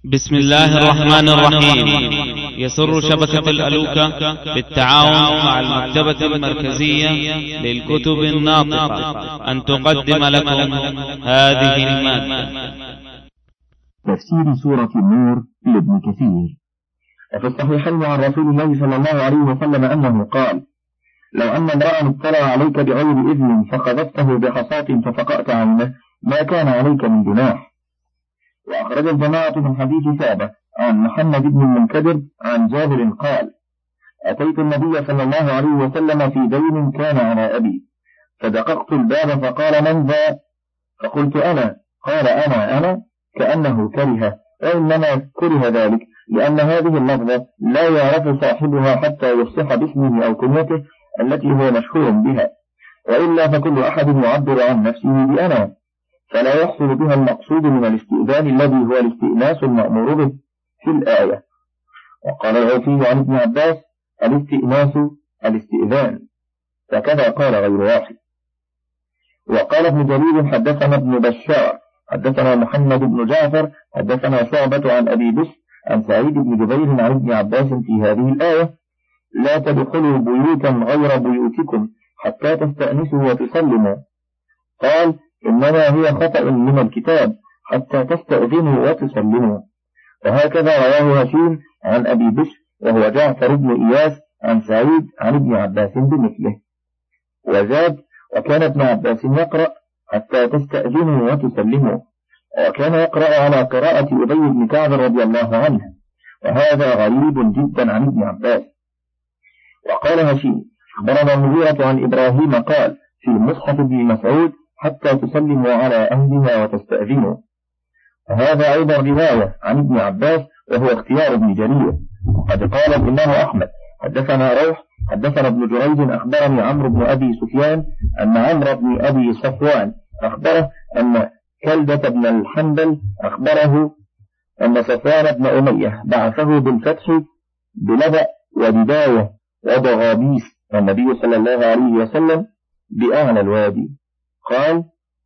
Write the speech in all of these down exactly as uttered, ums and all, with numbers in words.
بسم الله الرحمن الرحيم. يسر شبكة الألوكة بالتعاون مع المكتبة المركزية للكتب الناطقة أن تقدم لكم هذه المادة. تفسير سورة النور لابن كثير. وفي الصحيحين عن رسول الله صلى الله عليه وسلم أنه قال: لو أن امرأ اطلع عليك بغير إذن فخذفته بحصاة ففقأت عينه ما كان عليك من جناح. وأخرج الجماعة من حديث ثابت عن محمد بن المنكدر عن جابر قال: أتيت النبي صلى الله عليه وسلم في دين كان على أبي، فدققت الباب فقال: من ذا؟ فقلت: أنا. قال: أنا أنا كأنه كره، وإنما كره ذلك لأن هذه اللفظة لا يعرف صاحبها حتى يفصح باسمه أو كنيته التي هو مشهور بها، وإلا فكل أحد يعبر عن نفسه بأنا، فلا يحصل بها المقصود من الاستئذان الذي هو الاستئناس المأمور به في الآية. وقال العوفي عن ابن عباس: الاستئناس الاستئذان، فكذا قال غير واحد. وقال ابن جرير: حدثنا ابن بشار حدثنا محمد بن جعفر حدثنا شعبة عن أبي بشر عن سعيد بن جبير عن ابن عباس في هذه الآية: لا تدخلوا بيوتا غير بيوتكم حتى تستأنسوا وتسلموا. قال: إنما هي خطأ من الكتاب حتى تستأذنوا وتسلموا. وهكذا رواه هشيم عن أبي بشر وهو جعفر بن إياس عن سعيد عن ابن عباس بمثله. وزاد: وكان ابن عباس يقرأ حتى تستأذنوا وتسلموا، وكان يقرأ على قراءة أبي بن كعب رضي الله عنه، وهذا غريب جدا عن ابن عباس. وقال هشيم: أخبرنا المغيرة عن إبراهيم قال: في مصحف ابن مسعود: حتى تسلموا على أهلها وتستأذنوا. وهذا أيضا رواية عن ابن عباس وهو اختيار ابن جرير. وقد قال الإمام أحمد: حدثنا روح حدثنا ابن جريج أخبرني عمرو بن أبي سفيان أن عمرو بن أبي صفوان أخبره أن كلدة بن الحنبل أخبره أن صفوان بن أمية بعثه بالفتح بلبأ وبداية وضغابيس، والنبي صلى الله عليه وسلم بأعلى الوادي. قال: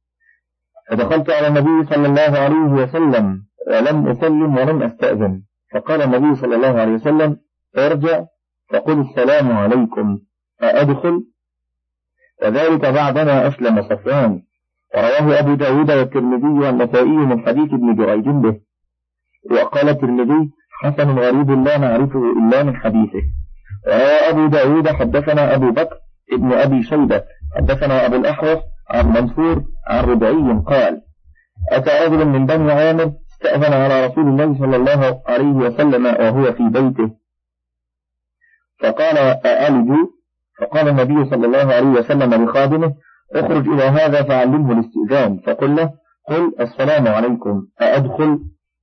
فدخلت على النبي صلى الله عليه وسلم ولم أسلم ولم أستأذن، فقال النبي صلى الله عليه وسلم: ارجع فقل السلام عليكم أأدخل؟ وذلك بعدما أسلم صفوان. ورواه أبو داود والترمذي والنسائي من حديث ابن جريج به. وقال الترمذي: حسن غريب لا نعرفه إلا من حديثه. وروى أبو داود: حدثنا أبو بكر ابن أبي شيبة حدثنا أبو الأحوص عن منصور عن ربعي قال: أتى رجل من بني عامر استأذن على رسول الله صلى الله عليه وسلم وهو في بيته، فقال: أألج؟ فقال النبي صلى الله عليه وسلم لخادمه: اخرج إلى هذا فعلمه الاستئذان، فقل له: قل السلام عليكم أأدخل؟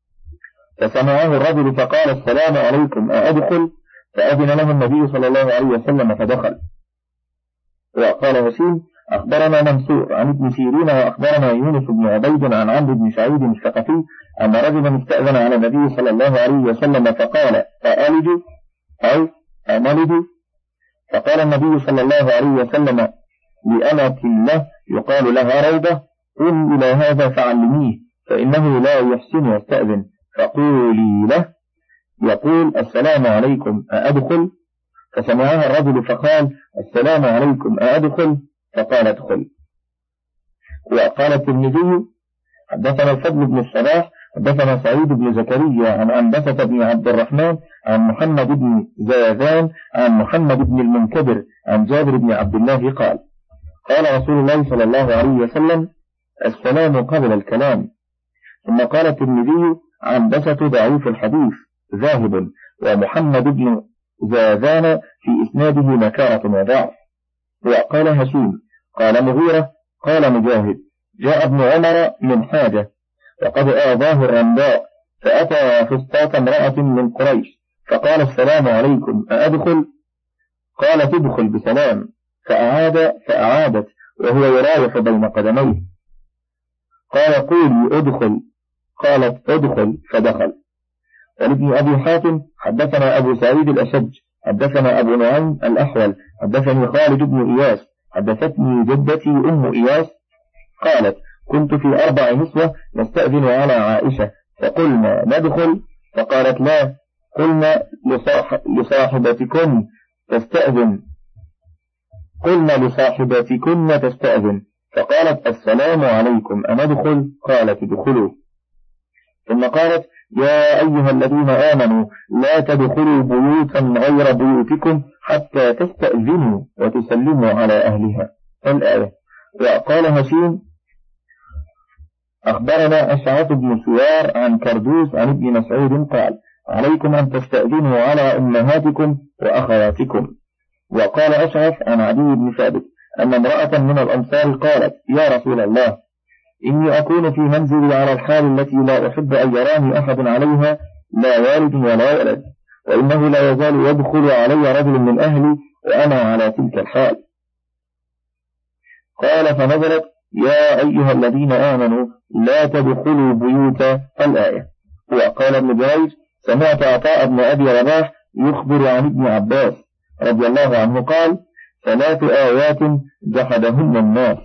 فسمعه الرجل فقال: السلام عليكم أأدخل؟ فأذن له النبي صلى الله عليه وسلم فدخل. وقال هشيم: أخبرنا منصور عن ابن سيرين وأخبرنا يونس بن عبيد عن عمرو بن سعيد الثقفي أن رجلا استأذن على النبي صلى الله عليه وسلم فقال: أألج أو أملج؟ فقال النبي صلى الله عليه وسلم لأمة له يقال لها روضة: قل إلى هذا فعلميه فإنه لا يحسن يستأذن، فقولي له يقول: السلام عليكم أأدخل؟ فسمعها الرجل فقال: السلام عليكم أأدخل؟ فقال: ادخل. وقال الترمذي: حدثنا الفضل بن الصباح حدثنا سعيد بن زكريا عن أنبسة بن عبد الرحمن عن محمد بن زاذان عن محمد بن المنكدر عن جابر بن عبد الله قال: قال رسول الله صلى الله عليه وسلم: السلام قبل الكلام. ثم قال الترمذي: أنبسة ضعيف الحديث ذاهب، ومحمد بن زاذان في إسناده نكارة وضعف. وقال هشيم: قال مغيرة قال مجاهد: جاء ابن عمر من حاجة وقد آذاه الرمضاء، فأتى فسطاط امرأة من قريش فقال: السلام عليكم أأدخل؟ قال: تدخل بسلام. فأعاد فأعادت وهو يراوح بين قدميه. قال: قولي أدخل. قالت: أدخل، فدخل. ولابن أبي حاتم: حدثنا أبو سعيد الأشج حدثنا أبو نعيم الأحول حدثني خالد بن إياس حدثتني جدتي أم إياس قالت: كنت في أربع نسوة نستأذن على عائشة فقلنا ندخل، فقالت لا. قلنا لصاح لصاحبتكن تستأذن قلنا لصاحبتكن تستأذن فقالت السلام عليكم أندخل؟ قالت ادخلوا. ثم قالت يا أيها الذين آمنوا لا تدخلوا بيوتا غير بيوتكم حتى تستأذنوا وتسلموا على أهلها الآية. وقال هشيم أخبرنا أشعث بن سوار عن كردوس عن ابن مسعود قال عليكم أن تستأذنوا على أمهاتكم وأخواتكم. وقال أشعث عن عدي بن ثابت أن امرأة من الأنصار قالت يا رسول الله إني أكون في منزلي على الحال التي لا أحب أن يراني أحد عليها لا والد ولا ولد، وإنه لا يزال يدخل علي رجل من أهلي وأنا على تلك الحال. قال فنزلت يا أيها الذين آمنوا لا تدخلوا بيوت الآية. وقال ابن جريج سمعت عطاء بن أبي رباح يخبر عن ابن عباس رضي الله عنه قال ثلاث آيات جحدهن الناس.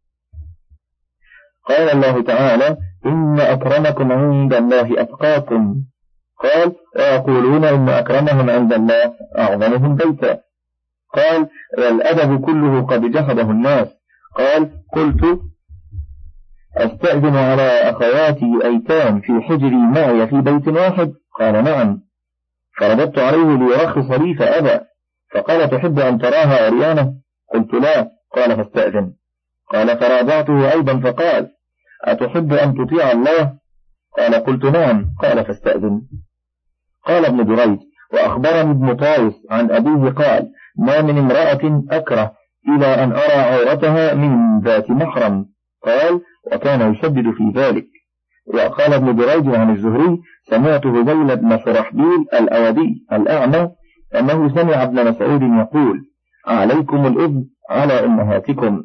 قال الله تعالى إن أكرمكم عند الله أتقاكم. قال ويقولون إن أكرمهم عند الله أعظمهم بيتا. قال والأدب كله قد جحده الناس. قال قلت أستأذن على أخواتي أيتام في حجري معي في بيت واحد؟ قال نعم. فرددت عليه ليرخص لي فأبى. فقال تحب أن تراها عريانة؟ قلت لا. قال فاستأذن. قال فراجعته أيضا فقال أتحب أن تطيع الله؟ قال قلت نعم. قال فاستأذن. قال ابن جريج وأخبرني ابن طاووس عن أبيه قال ما من امرأة أكره إلى أن أرى عورتها من ذات محرم. قال وكان يشدد في ذلك. وقال ابن جريج عن الزهري سمعت هذيل بن شرحبيل الأودي الأعمى أنه سمع ابن مسعود يقول عليكم الإذن على أمهاتكم.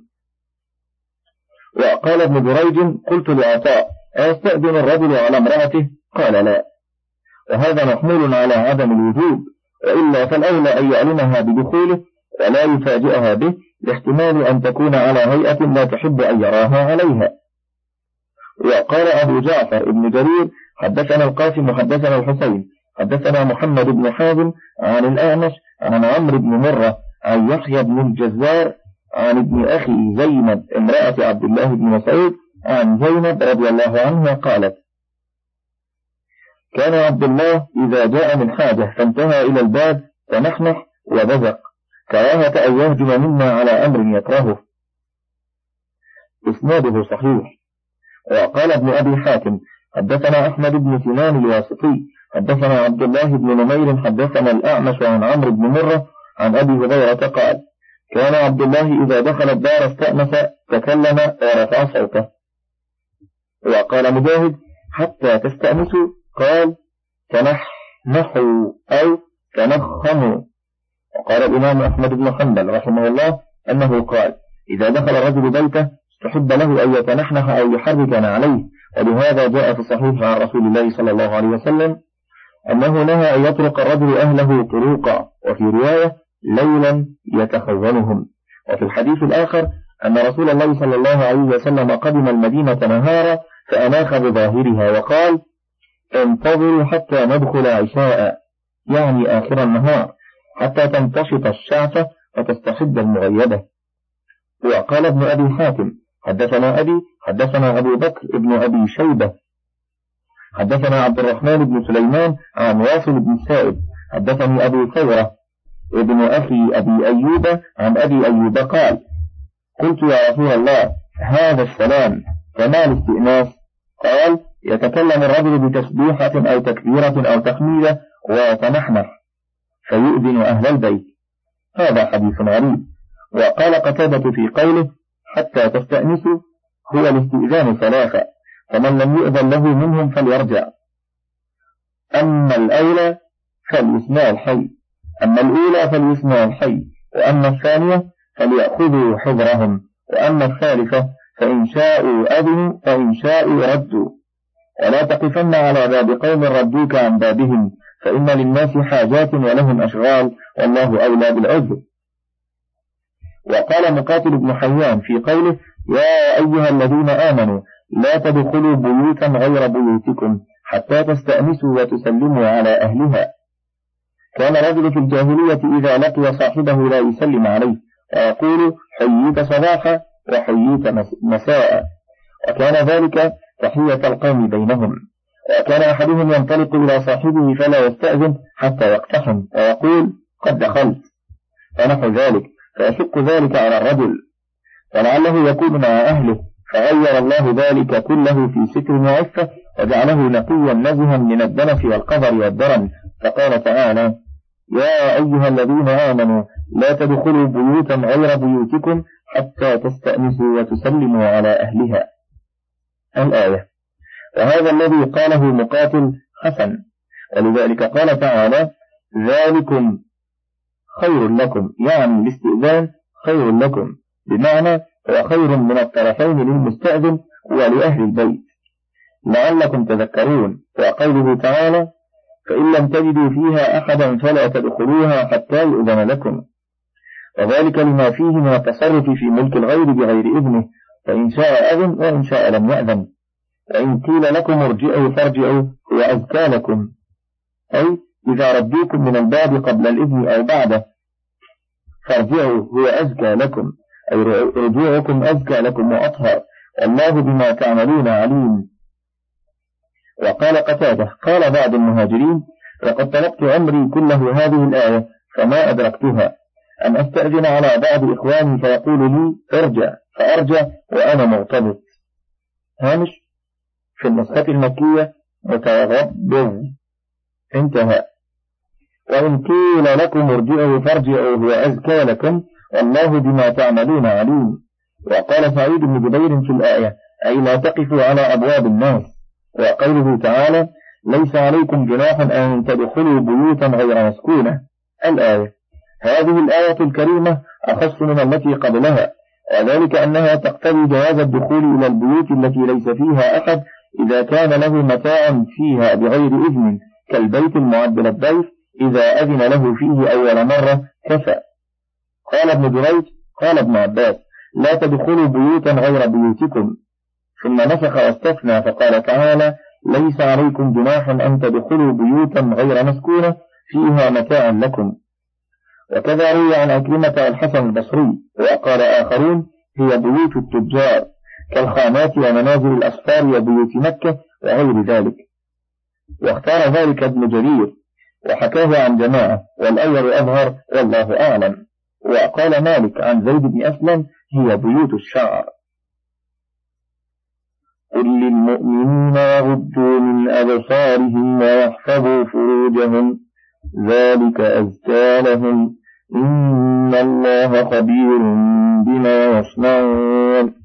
وقال ابن جريج قلت لعطاء أستأذن الرجل على امرأته؟ قال لا. وهذا محمول على عدم الوجوب، وإلا فالأولى أن يعلمها بدخوله ولا يفاجئها به لاحتمال أن تكون على هيئة لا تحب أن يراها عليها. وقال أبو جعفر ابن جرير حدثنا القاسم حدثنا الحسين حدثنا محمد بن حازم عن الأعمش عن عمرو بن مرة عن يحيى بن الجزار عن ابن أخي زينب امرأة عبد الله بن مسعود عن زينب رضي الله عنها قالت كان عبد الله إذا جاء من حاجة فانتهى إلى الباب تنحنح وبزق كراهة أن يهجم منا على أمر يكرهه. إسناده صحيح. وقال ابن أبي حاتم حدثنا أحمد بن سنان الواسطي حدثنا عبد الله بن نمير حدثنا الأعمش عن عمرو بن مرة عن أبي هريرة قال كان عبد الله إذا دخل الدار استأنس تكلم ورفع صوته. وقال مجاهد حتى تستأنسوا قال تنحنحوا أو تنخموا. وقال الإمام أحمد بن حنبل رحمه الله أنه قال إذا دخل الرجل بيته استحب له أن يتنحنح أو يحرك عليه. ولهذا جاء في الصحيح عن رسول الله صلى الله عليه وسلم أنه نهى أن يطرق الرجل أهله طروقا، وفي رواية ليلا يتخونهم. وفي الحديث الآخر أن رسول الله صلى الله عليه وسلم قدم المدينة نهارا فأناخ بظاهرها وقال انتظروا حتى ندخل عشاء، يعني آخر النهار، حتى تنتشط الشعثة وتستحد المغيبة. وقال ابن أبي حاتم حدثنا أبي حدثنا أبو بكر ابن أبي شيبة حدثنا عبد الرحمن بن سليمان عن واصل بن سائب حدثني أبو ثورة ابن أخي أبي أيوب عن أبي أيوب قال قلت يا رسول الله هذا السلام كما الاستئناس؟ قال يتكلم الرجل بتسبيحة أو تكبيرة أو تحميدة ويتنحنح فيؤذن أهل البيت. هذا حديث غريب. وقال قتادة في قوله حتى تستأنسوا هو الاستئذان ثلاثة، فمن لم يؤذن له منهم فليرجع. أما الأولى فليسمع الحي أما الأولى فليسمع الحي وأما الثانية فليأخذوا حذرهم، وأما الثالثة فإن شاءوا أذنوا فإن شاءوا ردوا. ولا تقفن على باب قوم ردوك عن بابهم، فإن للناس حاجات ولهم أشغال، والله أولى بالعذر. وقال مقاتل بن حيان في قوله يا أيها الذين آمنوا لا تدخلوا بيوتا غير بيوتكم حتى تستأنسوا وتسلموا على أهلها. كان رجل في الجاهلية إذا لقي صاحبه لا يسلم عليه ويقول حييت صباحا وحييت مساء، وكان ذلك تحية القوم بينهم. وكان أحدهم ينطلق إلى صاحبه فلا يستأذن حتى يقتحم ويقول قد دخلت فنحو ذلك، فيشق ذلك على الرجل ولعله يكون مع أهله، فغير الله ذلك كله في ستر وعفة وجعله نقيا نزها من الدنس والقذر والدرن. فقال تعالى يا أيها الذين آمنوا لا تدخلوا بيوتا غير بيوتكم حتى تستأنسوا وتسلموا على أهلها. الآية. وهذا الذي قاله مقاتل حسن، ولذلك قال تعالى ذلكم خير لكم، يعني الاستئذان خير لكم، بمعنى هو خير من الطرفين للمستأذن ولأهل البيت لعلكم تذكرون. وقوله تعالى فإن لم تجدوا فيها أحدا فلا تدخلوها حتى يؤذن لكم، وذلك لما فيه من التصرف في ملك الغير بغير إذنه، فإن شاء أذن وإن شاء لم يأذن. وإن قيل لكم ارجعوا فارجعوا هو أزكى لكم، أي إذا ردوكم من الباب قبل الإذن أو بعده فارجعوا هو أزكى لكم، أي رجوعكم أزكى لكم وأطهر، والله بما تعملون عليم. وقال قتادة قال بعض المهاجرين وقد طلبت عمري كله هذه الآية فما أدركتها، أن أستأذن على بعض إخواني فيقول لي ارجع فأرجع وأنا مرتبط. هامش في النسخة المكية متغبر انتهى. وإن قيل لكم ارجعوا فارجعوا هو أزكى لكم والله بما تعملون عليم. وقال سعيد بن جبير في الآية أي لا تقفوا على أبواب الناس. وقوله تعالى ليس عليكم جناح أن تدخلوا بيوتا غير مسكونة. الآية. هذه الآية الكريمة أخص من التي قبلها، وذلك أنها تقتضي جواز الدخول إلى البيوت التي ليس فيها أحد إذا كان له متاع فيها بغير إذن، كالبيت المعد للضيف إذا أذن له فيه أول مرة كفى. قال ابن جريج قال ابن عباس لا تدخلوا بيوتا غير بيوتكم، ثم نسخ واستثنى فقال تعالى ليس عليكم جناح أن تدخلوا بيوتا غير مسكونة فيها متاع لكم. وكذا روي عن أكرمة الحسن البصري وقال آخرون هي بيوت التجار كالخانات ومنازل الأسفار وبيوت مكة وغير ذلك. واختار ذلك ابن جرير وحكاه عن جماعة والأول أظهر والله أعلم. وقال مالك عن زيد بن أسلم هي بيوت الشعر. قل للمؤمنين يغضوا من أبصارهم ويحفظوا فروجهم ذلك أزكى لهم إن الله خبير بما يصنعون.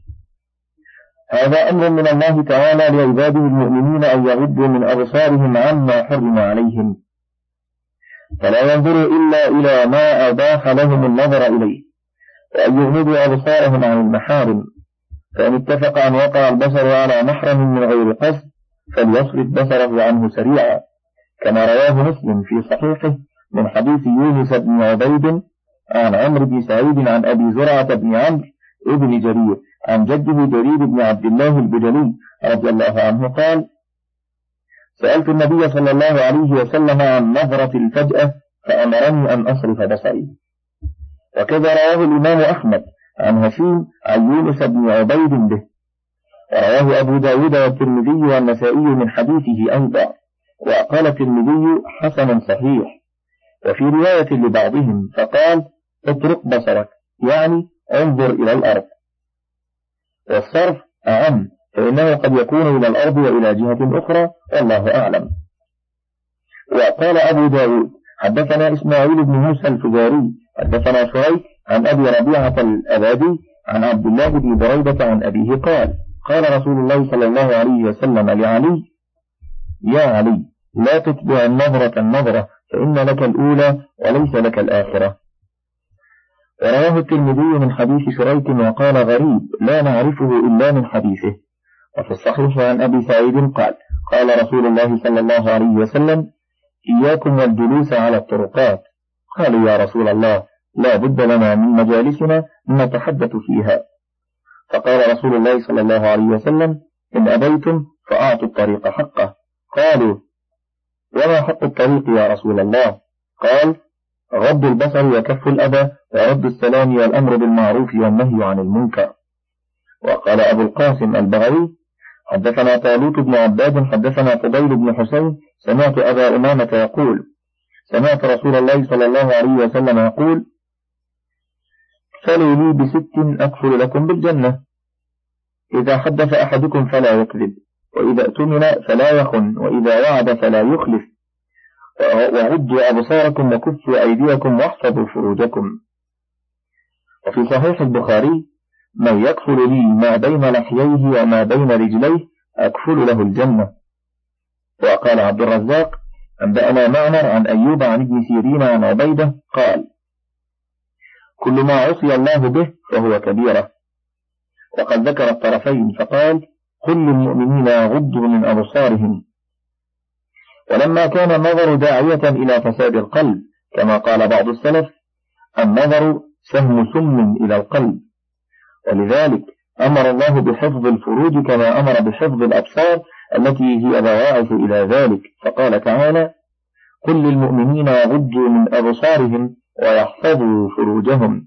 هذا أمر من الله تعالى لعباده المؤمنين أن يغضوا من أبصارهم عما حرم عليهم، فلا ينظروا إلا إلى ما أباح لهم النظر إليه، وأن يغمضوا أبصارهم عن المحارم، فإن اتفق أن وقع البصر على محرم من غير قصد فليصرف بصره عنه سريعا، كما رواه مسلم في صحيحه من حديث يونس بن عبيد عن عمرو بن سعيد عن أبي زرعة بن عمرو ابن جرير عن جده جرير بن عبد الله البجلي رضي الله عنه قال سألت النبي صلى الله عليه وسلم عن نظرة الفجأة فأمرني أن أصرف بصري. وكذا رواه الإمام أحمد عن هشيم عن يونس بن عبيد به، ورواه أبو داود والترمذي والنسائي من حديثه أيضا، وقال الترمذي حسن صحيح. وفي رواية لبعضهم فقال اترك بصرك يعني انظر إلى الأرض. والصرف أعم فإنه قد يكون إلى الأرض وإلى جهة أخرى والله أعلم. وقال أبو داود حدثنا إسماعيل بن موسى الفزاري حدثنا شريك عن أبي ربيعة الأبادي عن عبد الله بن بريدة عن أبيه قال قال رسول الله صلى الله عليه وسلم لعلي يا علي لا تتبع النظرة النظرة فإن لك الأولى وليس لك الآخرة. ورواه الترمذي من حديث شريك وقال غريب لا نعرفه إلا من حديثه. وفي الصحيح عن أبي سعيد قال قال رسول الله صلى الله عليه وسلم إياكم والجلوس على الطرقات. قالوا يا رسول الله لا بد لنا من مجالسنا نتحدث فيها. فقال رسول الله صلى الله عليه وسلم إن أبيتم فأعطوا الطريق حقه قالوا: وما حق الطريق يا رسول الله؟ قال: غض البصر وكف الأذى ورد السلام والأمر بالمعروف والنهي عن المنكر. وقال أبو القاسم البغوي: حدثنا طالوت بن عباد حدثنا فضيل بن حسين سمعت أبا أمامة يقول: سمعت رسول الله صلى الله عليه وسلم يقول: فلوا لي بست أكفل لكم بالجنة: إذا حدث أحدكم فلا يكذب، وإذا اؤتمن فلا يخن، وإذا وعد فلا يخلف، وعدوا أبصاركم وكفوا أيديكم واحفظوا فروجكم. وفي صحيح البخاري: من يكفل لي ما بين لحييه وما بين رجليه أكفل له الجنة. وقال عبد الرزاق: أنبأنا معمر عن أيوب عن ابن سيرين عن عبيدة قال: كل ما عصي الله به فهو كبيرة. وقد ذكر الطرفين فقال: كل المؤمنين يغضوا من أبصارهم. ولما كان النظر داعية إلى فساد القلب كما قال بعض السلف: النظر سهم سم إلى القلب، ولذلك أمر الله بحفظ الفروج كما أمر بحفظ الأبصار التي هي بواعث إلى ذلك، فقال تعالى: كل المؤمنين يغضوا من أبصارهم ويحفظوا فروجهم.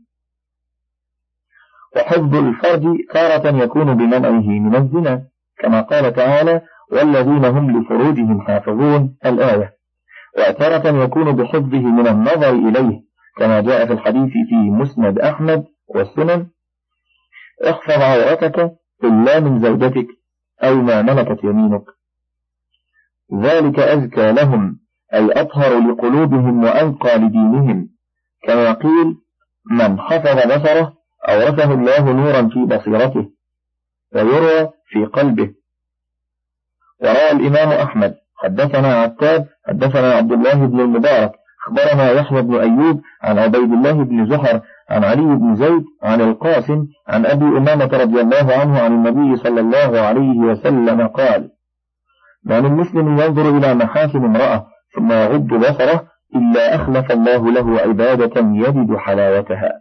وحفظ الفرج تارة يكون بمنعه من الزنا كما قال تعالى: والذين هم لفروجهم حافظون الآية، وتارة يكون بحفظه من النظر إليه كما جاء في الحديث في مسند أحمد والسنن: احفظ عورتك إلا من زوجتك أو ما ملكت يمينك، ذلك أزكى لهم أي أطهر لقلوبهم وأنقى لدينهم، كما قيل: من حفظ بصره أورثه الله نورا في بصيرته، ويروى في قلبه. وروى الإمام أحمد: حدثنا عتاب حدثنا عبد الله بن المبارك أخبرنا يحيى بن أيوب عن عبيد الله بن زهر عن علي بن زيد عن القاسم عن أبي أمامة رضي الله عنه عن النبي صلى الله عليه وسلم قال: ما من مسلم ينظر إلى محاسن امرأة ثم يغض بصره إلا أخلف الله له عبادة يجد حلاوتها.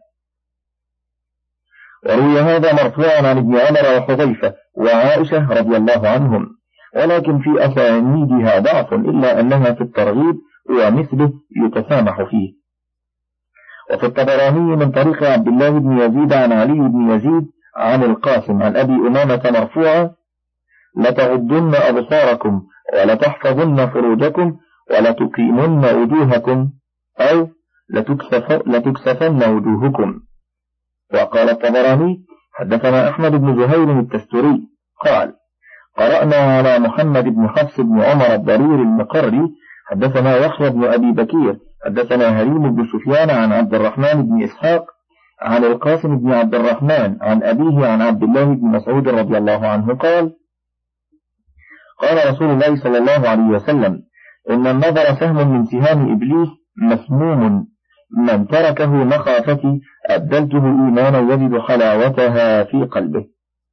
وروي هذا مرفوعا عن ابن عمر وحذيفة وعائشة رضي الله عنهم، ولكن في أسانيدها ضعف إلا أنها في الترغيب ومثله يتسامح فيه. وفي الطبراني من طريق عبد الله بن يزيد عن علي بن يزيد عن القاسم عن أبي أمامة مرفوعا: لتغضن أبصاركم ولتحفظن فروجكم ولتقيمن وجوهكم أو لتكسف لتكسفن وجوهكم. وقال الطبراني: حدثنا أحمد بن زهير التستري قال: قرأنا على محمد بن حفص بن عمر الضرير المقري حدثنا يحيى بن أبي بكير حدثنا هريم بن سفيان عن عبد الرحمن بن إسحاق عن القاسم بن عبد الرحمن عن أبيه عن عبد الله بن مسعود رضي الله عنه قال: قال رسول الله صلى الله عليه وسلم: إن النظر سهم من سهام إبليس مسموم، من تركه مخافتي أبدلته إيمانا يجد حلاوتها في قلبه.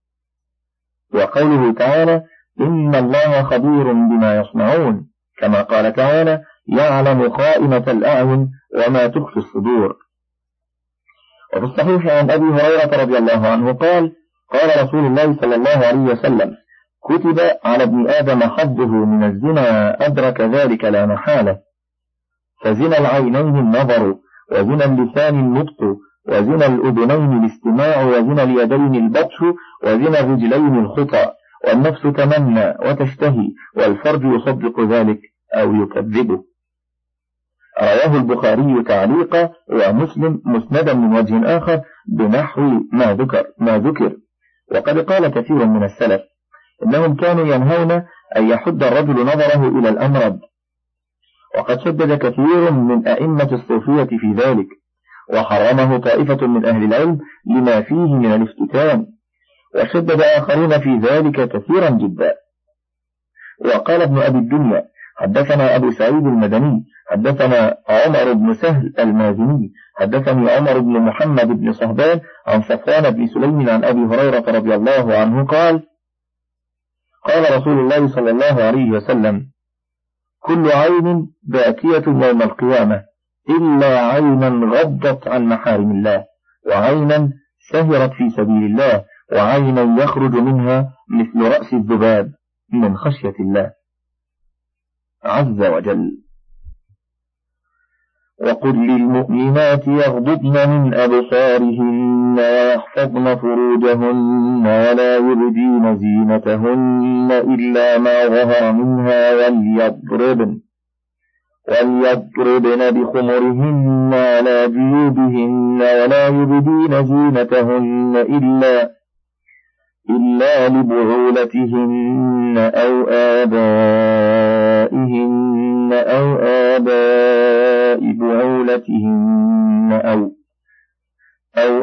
وقوله تعالى: إن الله خبير بما يصنعون، كما قال تعالى: يعلم خائنة الأعين وما تخفي الصدور. وفي الصحيح عن أبي هريرة رضي الله عنه قال: قال رسول الله صلى الله عليه وسلم: كتب على ابن آدم حظه من الزنا أدرك ذلك لا محالة، فزنا العينين النظر، وزنا اللسان النطق، وزنا الأذنين الاستماع، وزنا اليدين البطش، وزنا الرجلين الخطأ، والنفس تمنى وتشتهي، والفرج يصدق ذلك أو يكذبه. رواه البخاري تعليقا ومسلم مسندا من وجه آخر بنحو ما ذكر ما ذكر. وقد قال كثير من السلف إنهم كانوا ينهون أن يحد الرجل نظره إلى الأمرد، وقد شدد كثير من أئمة الصوفية في ذلك، وحرمه طائفة من أهل العلم لما فيه من الافتتان، وشدد آخرين في ذلك كثيرا جدا. وقال ابن أبي الدنيا: حدثنا أبو سعيد المدني حدثنا عمر بن سهل المازني حدثني عمر بن محمد بن صهبان عن صفوان بن سليم عن أبي هريرة رضي الله عنه قال: قال رسول الله صلى الله عليه وسلم: كل عين باكية يوم القيامة إلا عينا غضت عن محارم الله، وعينا سهرت في سبيل الله، وعينا يخرج منها مثل رأس الذباب من خشية الله. عز وجل. وقل للمؤمنات يغضضن من أبصارهن ويحفظن فروجهن ولا يبدين زينتهن إلا ما ظهر منها وليضربن وليضربن بخمرهن على جيوبهن ولا يبدين زينتهن إلا إلا لبعولتهن أو آبائهن أو آباء بعولتهن أو أو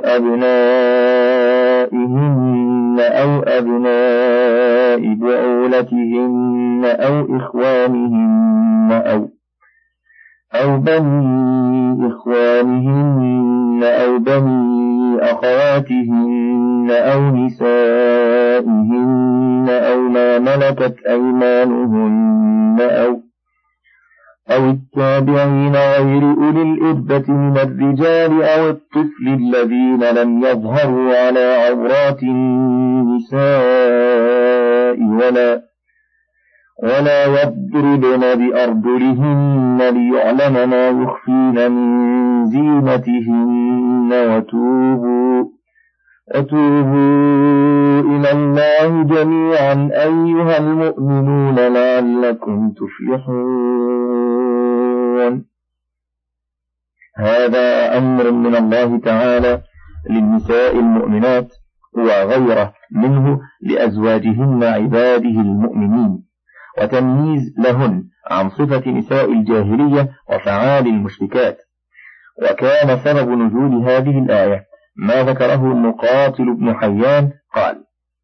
أبنائهن أو أبناء بعولتهن أو إخوانهن أو أو بني إخوانهن أو بني أخواتهن أو نسائهن أو ما ملكت أيمانهن أو أو التابعين غير أولي الإربة من الرجال أو الطفل الذين لم يظهروا على عورات النساء ولا ولا يضربن بأرجلهن ليعلم ما يخفين من زينتهن وتوبوا وتوبوا إلى الله جميعا أيها المؤمنون لعلكم تفلحون. هذا أمر من الله تعالى للنساء المؤمنات وغيره منه لأزواجهن عباده المؤمنين، وتمييز لهن عن صفة نساء الجاهلية وفعال المشركات. وكان سبب نزول هذه الآية ما ذكره مقاتل بن حيان قال: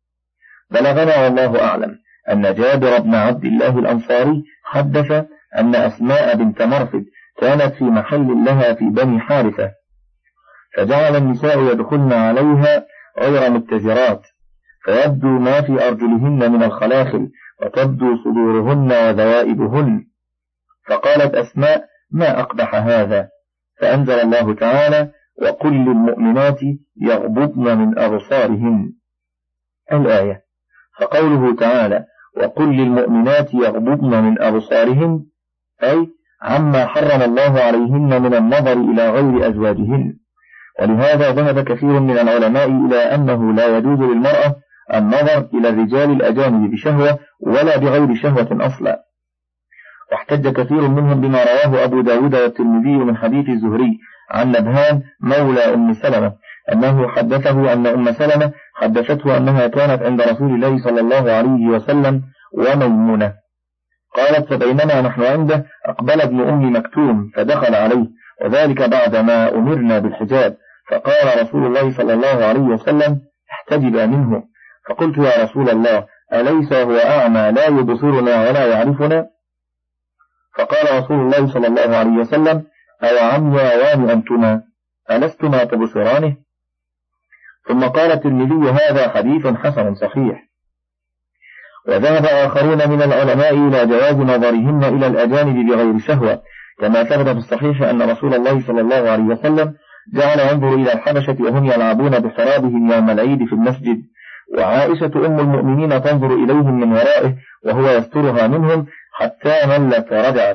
بلغنا والله أعلم أن جابر بن عبد الله الأنصاري حدث أن أسماء بنت مرثد كانت في محل لها في بني حارثة، فجعل النساء يدخلن عليها غير متزرات، فيبدو ما في أرجلهن من الخلاخل وتبدو صدورهن وذوائبهن، فقالت أسماء: ما أقبح هذا؟ فأنزل الله تعالى: وقل للمؤمنات يغضضن من أبصارهن الآية. فقوله تعالى وقل للمؤمنات يغضضن من أبصارهن أي عما حرم الله عليهن من النظر إلى غير أزواجهن. ولهذا ذهب كثير من العلماء إلى أنه لا يجوز للمرأة النظر إلى الرجال الأجانب بشهوة ولا بغير شهوة أصلا. واحتج كثير منهم بما رواه أبو داود والترمذي من حديث الزهري عن نبهان مولى أم سلمة أنه حدثه أن أم سلمة حدثته أنها كانت عند رسول الله صلى الله عليه وسلم وميمونة. قالت: فبينما نحن عنده أقبل ابن أم مكتوم فدخل عليه، وذلك بعدما أمرنا بالحجاب، فقال رسول الله صلى الله عليه وسلم: احتجبا منه. فقلت: يا رسول الله، أليس هو أعمى لا يبصرنا ولا يعرفنا؟ فقال رسول الله صلى الله عليه وسلم: أو عمياوان أنتما ألستما تبصرانه؟ ثم قال الترمذي: هذا حديث حسن صحيح. وذهب آخرون من العلماء إلى جواز نظرهن إلى الأجانب بغير شهوة، كما ثبت في الصحيح أن رسول الله صلى الله عليه وسلم جعل ينظر إلى الحبشة وهم يلعبون بحرابهم يوم العيد في المسجد، وعائشة أم المؤمنين تنظر إليهم من ورائه وهو يسترها منهم حتى ملت ورجعت.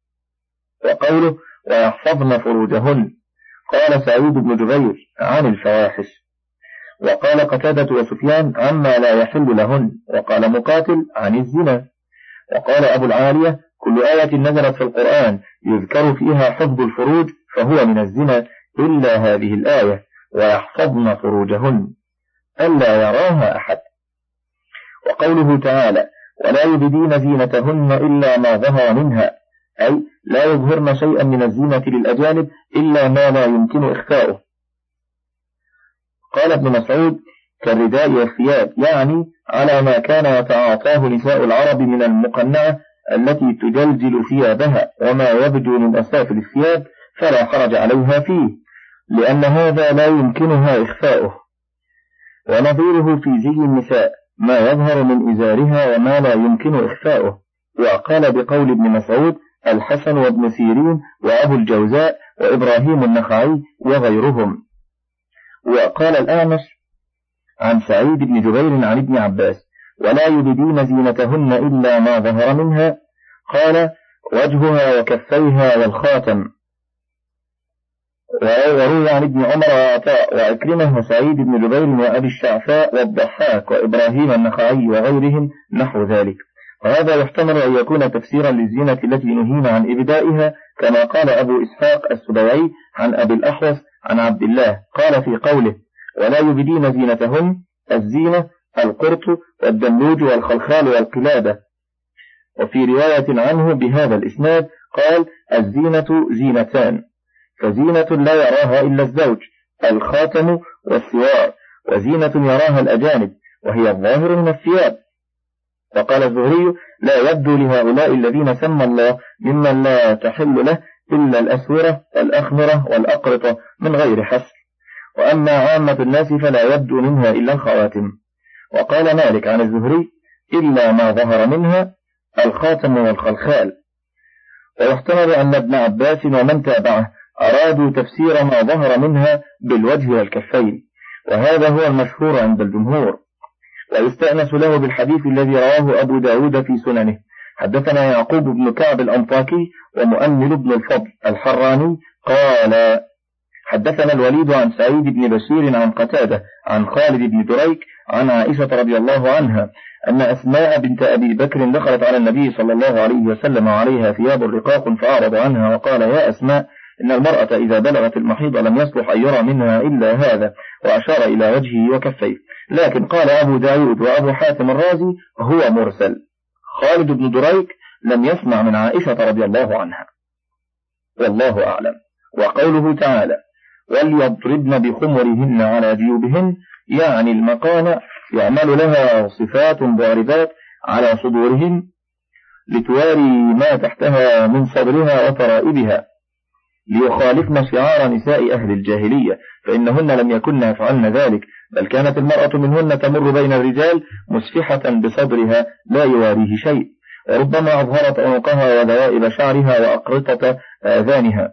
وقوله ويحفظن فروجهن قال سعيد بن جبير عن الفواحش، وقال قتادة وسفيان عما لا يحل لهن، وقال مقاتل عن الزنا. وقال أبو العالية: كل آية نزلت في القرآن يذكر فيها حفظ الفروج فهو من الزنا إلا هذه الآية ويحفظن فروجهن ألا يراها أحد. وقوله تعالى ولا يبدين زينتهن إلا ما ظهر منها أي لا يظهرن شيئا من الزينة للأجانب إلا ما لا يمكن إخفاؤه. قال ابن مسعود: كالرداء والثياب، يعني على ما كان يتعاطاه نساء العرب من المقنعة التي تجلجل ثيابها وما يبدو من أسافل الثياب، فلا حرج عليها فيه لأن هذا لا يمكنها إخفاؤه. ونظيره في زي النساء ما يظهر من إزارها وما لا يمكن إخفاؤه. وقال بقول ابن مسعود الحسن وابن سيرين وأبو الجوزاء وإبراهيم النخعي وغيرهم. وقال الأعمش عن سعيد بن جبير عن ابن عباس: ولا يبدين زينتهن إلا ما ظهر منها، قال: وجهها وكفيها والخاتم. وروي عن ابن عمر وعطاء وعكرمة وسعيد بن جبير وأبي الشعفاء والضحاك وإبراهيم النخعي وغيرهم نحو ذلك. وهذا يحتمل أن يكون تفسيرا للزينة التي نهينا عن إبدائها، كما قال أبو إسحاق السبيعي عن أبي الأحوص عن عبد الله قال في قوله: ولا يبدين زينتهن، الزينة القرط والدملوج والخلخال والقلادة. وفي رواية عنه بهذا الإسناد قال: الزينة زينتان، فزينة لا يراها إلا الزوج، الخاتم والسوار، وزينة يراها الأجانب وهي الظاهر من الثياب. وقال الزهري: لا يبدو لهؤلاء الذين سمى الله ممن لا تحل له إلا الأسورة والأخمرة والأقرطة من غير حصر، وأما عامة الناس فلا يبدو منها إلا الخواتم. وقال مالك عن الزهري: إلا ما ظهر منها الخاتم والخلخال. ويحتمل أن ابن عباس ومن تابعه أرادوا تفسير ما ظهر منها بالوجه والكفين، وهذا هو المشهور عند الجمهور. ويستأنس له بالحديث الذي رواه أبو داود في سننه: حدثنا يعقوب بن كعب الأنطاكي ومؤمل بن الفضل الحراني قال: حدثنا الوليد عن سعيد بن بشير عن قتادة عن خالد بن دريك عن عائشة رضي الله عنها أن أسماء بنت أبي بكر دخلت على النبي صلى الله عليه وسلم عليها ثياب رقاق فأعرض عنها وقال: يا أسماء، إن المرأة إذا بلغت المحيض لم يصلح أن يرى منها إلا هذا، وأشار إلى وجهه وكفيه. لكن قال أبو داود وأبو حاتم الرازي هو مرسل. خالد بن دريك لم يسمع من عائشة رضي الله عنها، والله أعلم. وقوله تعالى: وليضربن بخمرهن على جيوبهن، يعني المقانع يعمل لها صفات ضاربات على صدورهن لتواري ما تحتها من صدرها وترائبها، ليخالفن شعار نساء أهل الجاهلية، فإنهن لم يكن يفعلن ذلك، بل كانت المرأة منهن تمر بين الرجال مسفحة بصدرها لا يواريه شيء، وربما أظهرت عنقها وذوائب شعرها وأقرطة آذانها.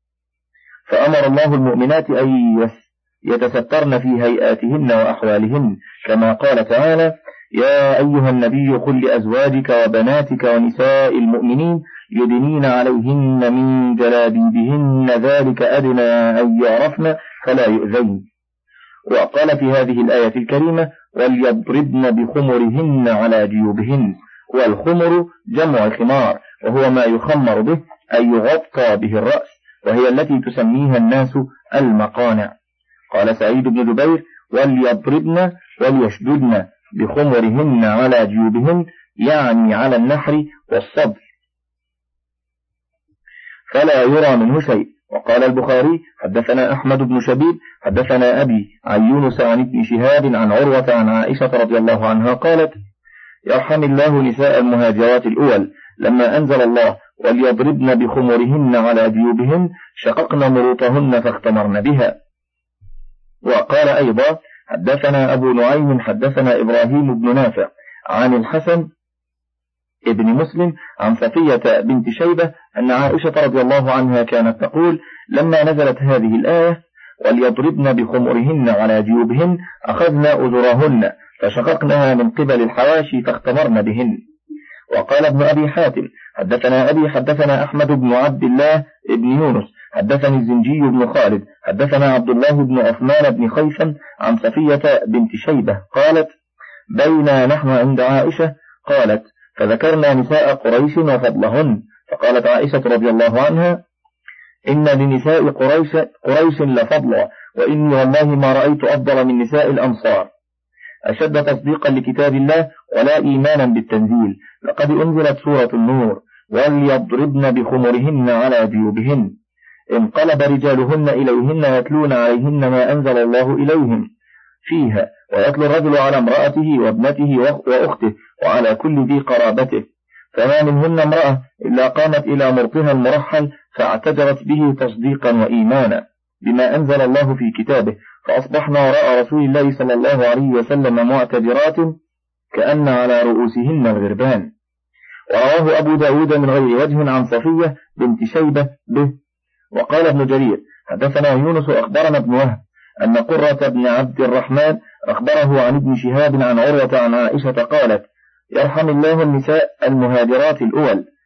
فأمر الله المؤمنات أن يتسترن في هيئاتهن وأحوالهن، كما قال تعالى: يا أيها النبي قل لأزواجك وبناتك ونساء المؤمنين يدنين عليهن من جلابيبهن ذلك أدنى أن يعرفن فلا يؤذين. وقال في هذه الآية الكريمة: وليضربن بخمرهن على جيوبهن. والخمر جمع خمار، وهو ما يخمر به أي يغطى به الرأس، وهي التي تسميها الناس المقانع. قال سعيد بن جبير: وليضربن وليشددن بخمرهن على جيوبهن، يعني على النحر والصدر، فلا يرى منه شيء. وقال البخاري: حدثنا أحمد بن شبيب حدثنا أبي عن يونس عن ابن شهاب عن عروة عن عائشة رضي الله عنها قالت: يرحم الله نساء المهاجرات الأول لما أنزل الله وليضربن بخمرهن على جيوبهن شققن مروطهن فاختمرن بها. وقال أيضا: حدثنا أبو نعيم حدثنا إبراهيم بن نافع عن الحسن ابن مسلم عن صفية بنت شيبة أن عائشة رضي الله عنها كانت تقول: لما نزلت هذه الآية وليضربن بخمرهن على جيوبهن أخذنا أزرهن فشققناها من قبل الحواشي فاختمرن بهن. وقال ابن أبي حاتم: حدثنا أبي حدثنا أحمد بن عبد الله بن يونس حدثني الزنجي بن خالد حدثنا عبد الله بن عثمان بن خيثم عن صفية بنت شيبة قالت: بينا نحن عند عائشة قالت: فذكرنا نساء قريش وفضلهن، فقالت عائشة رضي الله عنها: إن لنساء قريش, قريش لفضلا، وإني والله ما رأيت أفضل من نساء الأنصار، أشد تصديقا لكتاب الله ولا إيمانا بالتنزيل. لقد أنزلت سورة النور وليضربن بخمرهن على جيوبهن، انقلب رجالهن إليهن يتلون عليهن ما أنزل الله إليهم فيها، ويتلو الرجل على امرأته وابنته وأخته وعلى كل ذي قرابته، فما منهن امرأة إلا قامت إلى مرطها المرحل فاعتجرت به تصديقا وإيمانا بما أنزل الله في كتابه، فأصبحنا وراء رسول الله صلى الله عليه وسلم معتجرات كأن على رؤوسهن الغربان. ورواه أبو داود من غير وجه عن صفية بنت شيبة به. وقال ابن جرير: حدثنا يونس أخبرنا ابن وهب أن قرة بن عبد الرحمن أخبره عن ابن شهاب عن عروة عن عائشة قالت: يرحم الله النساء المهاجرات الأول.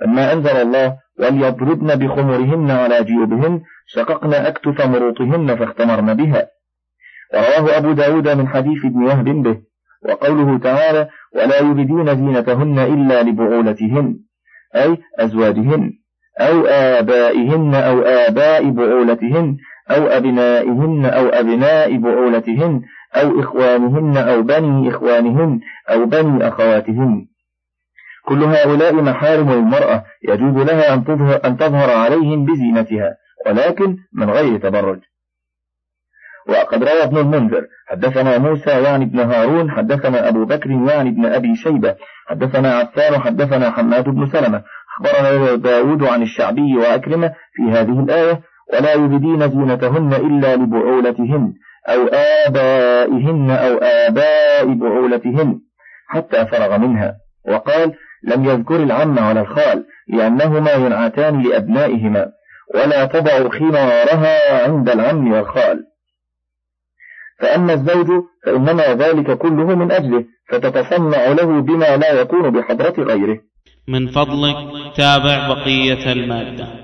لما أنزل الله وليضربن بخمرهن على جيوبهن شققن أكتف مروطهن فاختمرن بها. ورواه أبو داود من حديث ابن وهب به. وقوله تعالى ولا يبدين زينتهن إلا لبعولتهن أي أزواجهن أو آبائهن أو آباء بعولتهن أو أبنائهن أو أبناء بعولتهن أو إخوانهن أو بني إخوانهن أو بني أخواتهن. كل هؤلاء محارم للمرأة يجوز لها أن تظهر, أن تظهر عليهم بزينتها ولكن من غير تبرج. وقد روى ابن المنذر حدثنا موسى يعني ابن هارون حدثنا أبو بكر يعني ابن أبي شيبة حدثنا عفان حدثنا حماد بن سلمة أخبرنا داود عن الشعبي وأكرمة في هذه الآية ولا يبدين زينتهن إلا لبعولتهن أو آبائهن أو آباء بعولتهن حتى فرغ منها. وقال لم يذكر العم ولا الخال لأنهما ينعتان لأبنائهما ولا تضع خمارها عند العم والخال. فأما الزوج فإنما ذلك كله من أجله فتتصنع له بما لا يكون بحضرة غيره. من فضلك تابع بقية المادة.